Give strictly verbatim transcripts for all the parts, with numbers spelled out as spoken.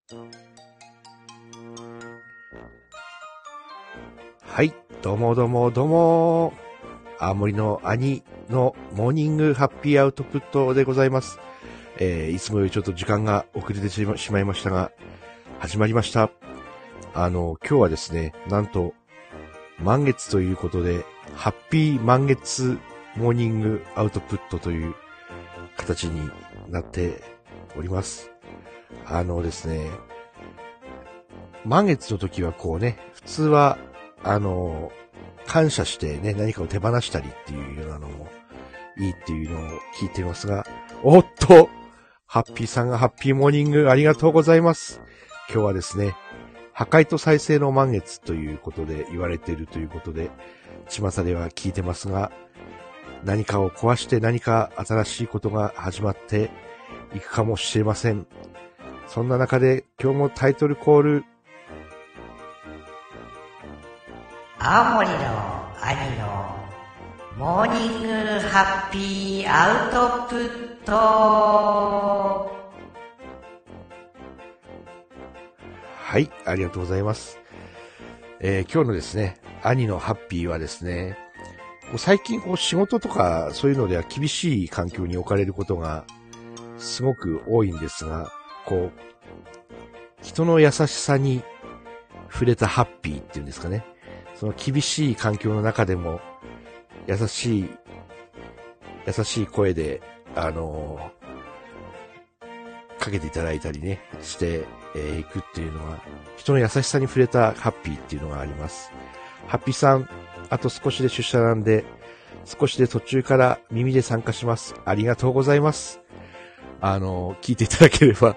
はい、どうもどうもどうも。青森の兄のモーニングハッピーアウトプットでございます。えー、いつもよりちょっと時間が遅れてしまいましたが、始まりました。あの、今日はですね、なんと、満月ということで、ハッピー満月モーニングアウトプットという形になっております。あのですね、満月の時はこうね、普通は、あの、感謝してね、何かを手放したりっていうようなのもいいっていうのを聞いていますが、おっとハッピーさんがハッピーモーニングありがとうございます。今日はですね、破壊と再生の満月ということで言われているということで、巷では聞いてますが、何かを壊して何か新しいことが始まっていくかもしれません。そんな中で今日もタイトルコール、 青森の兄のモーニングハッピーアウトプット。 はい、ありがとうございます。えー、今日のですね、兄のハッピーはですね、最近こう仕事とかそういうのでは厳しい環境に置かれることがすごく多いんですが、こう、人の優しさに触れたハッピーっていうんですかね。その厳しい環境の中でも優しい、優しい声で、あのー、かけていただいたりね、してい、えー、くっていうのは、人の優しさに触れたハッピーっていうのがあります。ハッピーさん、あと少しで出社なんで、少しで途中から耳で参加します。ありがとうございます。あのー、聞いていただければ。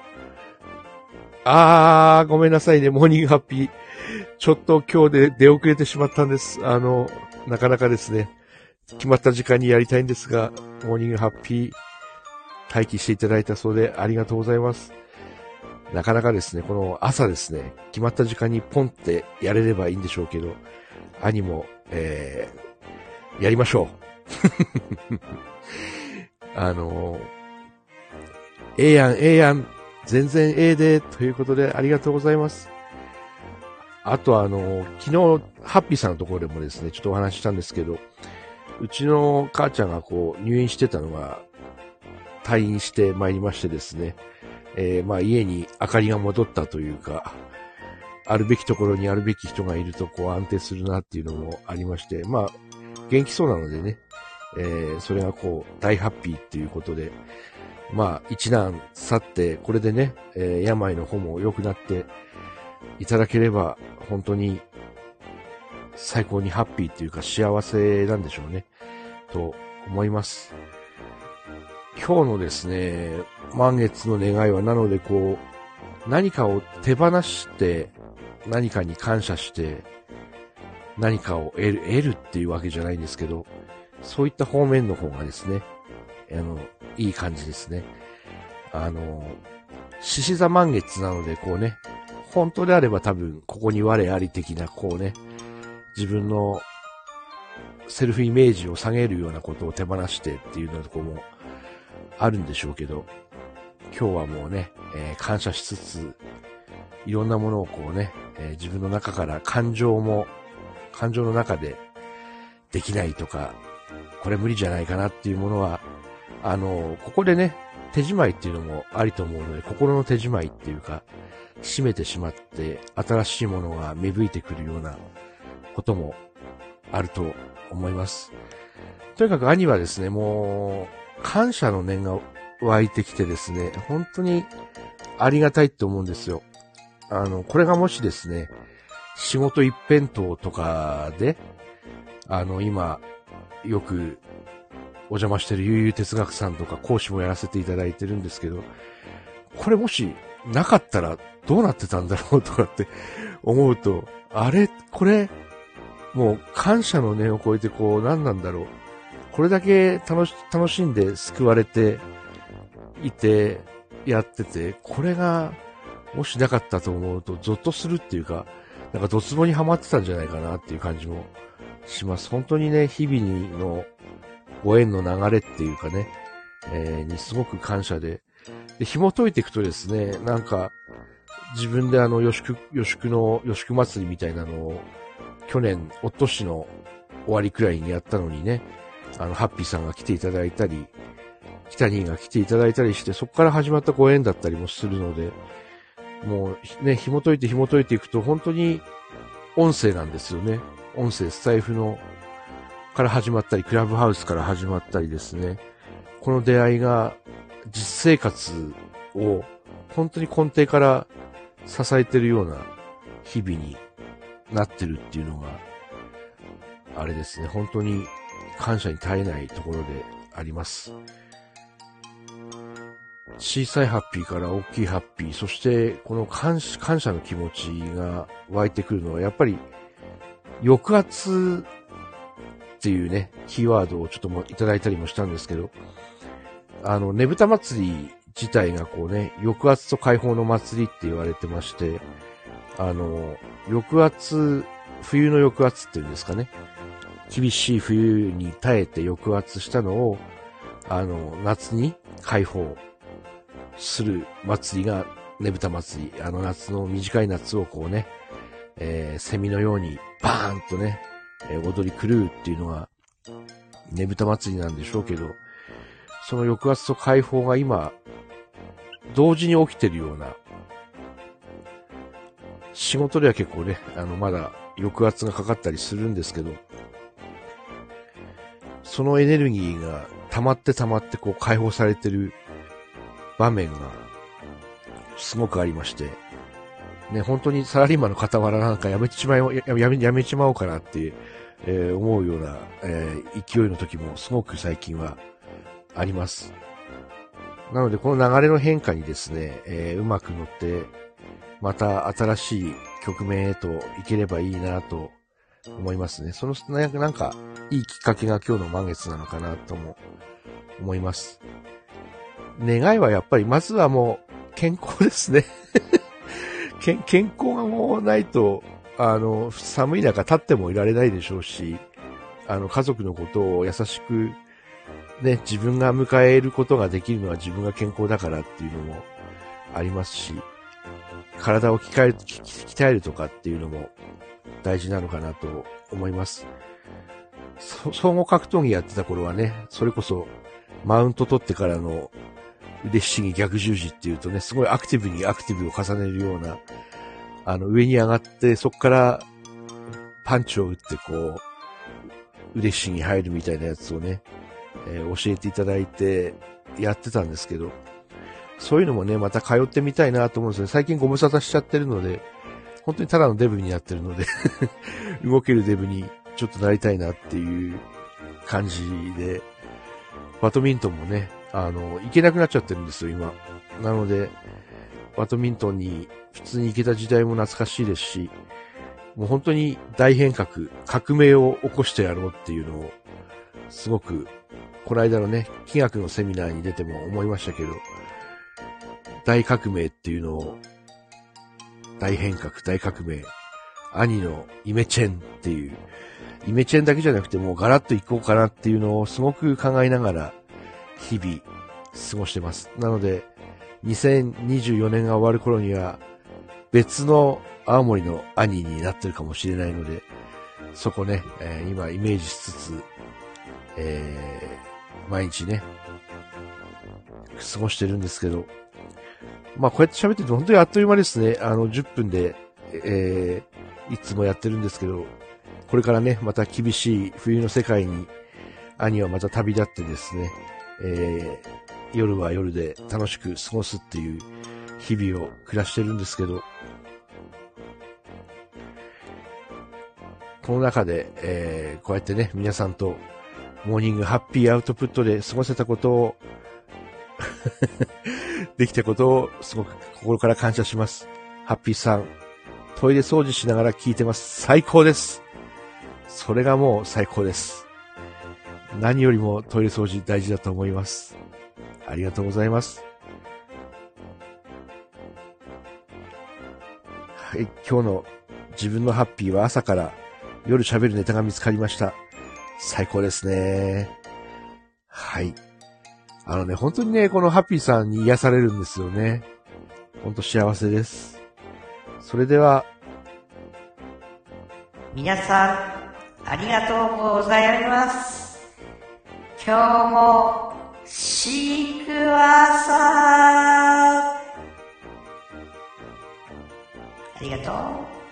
あー、ごめんなさいね、モーニングハッピー。ちょっと今日で出遅れてしまったんです。あの、なかなかですね、決まった時間にやりたいんですが、モーニングハッピー、待機していただいたそうでありがとうございます。なかなかですね、この朝ですね、決まった時間にポンってやれればいいんでしょうけど、兄も、えー、やりましょう。あの、ええやん、ええやん、全然ええで、ということでありがとうございます。あとあの、昨日、ハッピーさんのところでもですね、ちょっとお話ししたんですけど、うちの母ちゃんがこう、入院してたのが、退院してまいりましてですね、えー、まあ家に明かりが戻ったというか、あるべきところにあるべき人がいるとこう安定するなっていうのもありまして、まあ、元気そうなのでね、えー、それがこう、大ハッピーっていうことで、まあ、一難去って、これでね、えー、病の方も良くなって、いただければ本当に最高にハッピーっていうか幸せなんでしょうねと思います。今日のですね、満月の願いはなのでこう何かを手放して何かに感謝して何かを得る、得るっていうわけじゃないんですけど、そういった方面の方がですね、あのいい感じですね。あの獅子座満月なのでこうね、本当であれば多分ここに我あり的なこうね、自分のセルフイメージを下げるようなことを手放してっていうようなところもあるんでしょうけど、今日はもうね、えー、感謝しつついろんなものをこうね、えー、自分の中から感情も感情の中でできないとかこれ無理じゃないかなっていうものはあのここでね、手仕舞いっていうのもありと思うので、心の手仕舞いっていうか閉めてしまって新しいものが芽吹いてくるようなこともあると思います。とにかく兄はですね、もう感謝の念が湧いてきてですね、本当にありがたいと思うんですよ。あの、これがもしですね、仕事一辺倒とかで、あの、今よくお邪魔してる悠々哲学さんとか講師もやらせていただいてるんですけど、これもしなかったらどうなってたんだろうとかって思うと、あれこれもう感謝の念を超えてこう何なんだろう、これだけ楽し楽しんで救われていてやってて、これがもしなかったと思うとゾッとするっていうか、なんかドツボにはまってたんじゃないかなっていう感じもします。本当にね、日々のご縁の流れっていうかね、えー、にすごく感謝で、で紐解いていくとですね、なんか自分であの、吉久、吉久の、吉久祭りみたいなのを、去年、おととしの終わりくらいにやったのにね、あの、ハッピーさんが来ていただいたり、北兄が来ていただいたりして、そこから始まったご縁だったりもするので、もうね、紐解いて紐解いていくと、本当に音声なんですよね。音声、スタイフの、から始まったり、クラブハウスから始まったりですね。この出会いが、実生活を、本当に根底から支えてるような日々になってるっていうのが、あれですね、本当に感謝に絶えないところであります。小さいハッピーから大きいハッピー、そしてこの感謝、感謝の気持ちが湧いてくるのは、やっぱり抑圧っていうね、キーワードをちょっともいただいたりもしたんですけど、あの、ねぶた祭り自体がこうね、抑圧と解放の祭りって言われてまして、あの、抑圧、冬の抑圧っていうんですかね。厳しい冬に耐えて抑圧したのを、あの、夏に解放する祭りがねぶた祭り。あの夏の短い夏をこうね、えー、セミのようにバーンとね、えー、踊り狂うっていうのがねぶた祭りなんでしょうけど、その抑圧と解放が今、同時に起きてるような、仕事では結構ね、あの、まだ抑圧がかかったりするんですけど、そのエネルギーが溜まって溜まってこう解放されてる場面がすごくありまして、ね、本当にサラリーマンの傍らなんかやめちまい、やめ、やめちまおうかなって、えー、思うような、えー、勢いの時もすごく最近はあります。なのでこの流れの変化にですね、えー、うまく乗って、また新しい局面へといければいいなと思いますね。その、なんか、いいきっかけが今日の満月なのかなとも思います。願いはやっぱり、まずはもう、健康ですね。健健康がもうないと、あの、寒い中立ってもいられないでしょうし、あの、家族のことを優しく、ね、自分が迎えることができるのは自分が健康だからっていうのもありますし、体を鍛える、鍛えるとかっていうのも大事なのかなと思います。総合格闘技やってた頃はね、それこそマウント取ってからの腕ひしぎ逆十字っていうとね、すごいアクティブにアクティブを重ねるような、あの上に上がってそこからパンチを打ってこう、腕ひしぎに入るみたいなやつをね、えー、教えていただいてやってたんですけど、そういうのもね、また通ってみたいなと思うんですよね。最近ご無沙汰しちゃってるので、本当にただのデブになってるので、動けるデブにちょっとなりたいなっていう感じで、バドミントンもね、あの、行けなくなっちゃってるんですよ、今。なので、バドミントンに普通に行けた時代も懐かしいですし、もう本当に大変革、革命を起こしてやろうっていうのを、すごく、この間のね、気学のセミナーに出ても思いましたけど、大革命っていうのを、大変革、大革命、兄のイメチェンっていう、イメチェンだけじゃなくてもうガラッと行こうかなっていうのをすごく考えながら、日々過ごしてます。なので、にせんにじゅうよねんが終わる頃には、別の青森の兄になってるかもしれないので、そこね、えー、今イメージしつつ、えー、毎日ね、過ごしてるんですけど、まあこうやって喋ってると本当にあっという間ですね。あのじゅっぷんで、えー、いつもやってるんですけど、これからね、また厳しい冬の世界に兄はまた旅立ってですね、えー、夜は夜で楽しく過ごすっていう日々を暮らしてるんですけど、この中で、えー、こうやってね、皆さんとモーニングハッピーアウトプットで過ごせたことをできたことをすごく心から感謝します。ハッピーさん、トイレ掃除しながら聞いてます。最高です。それがもう最高です。何よりもトイレ掃除大事だと思います。ありがとうございます。はい、今日の自分のハッピーは朝から夜喋るネタが見つかりました。最高ですね。はい。あのね、本当にね、このハッピーさんに癒されるんですよね。本当幸せです。 それでは、 皆さん、ありがとうございます。今日も、シークワーサー。ありがとう。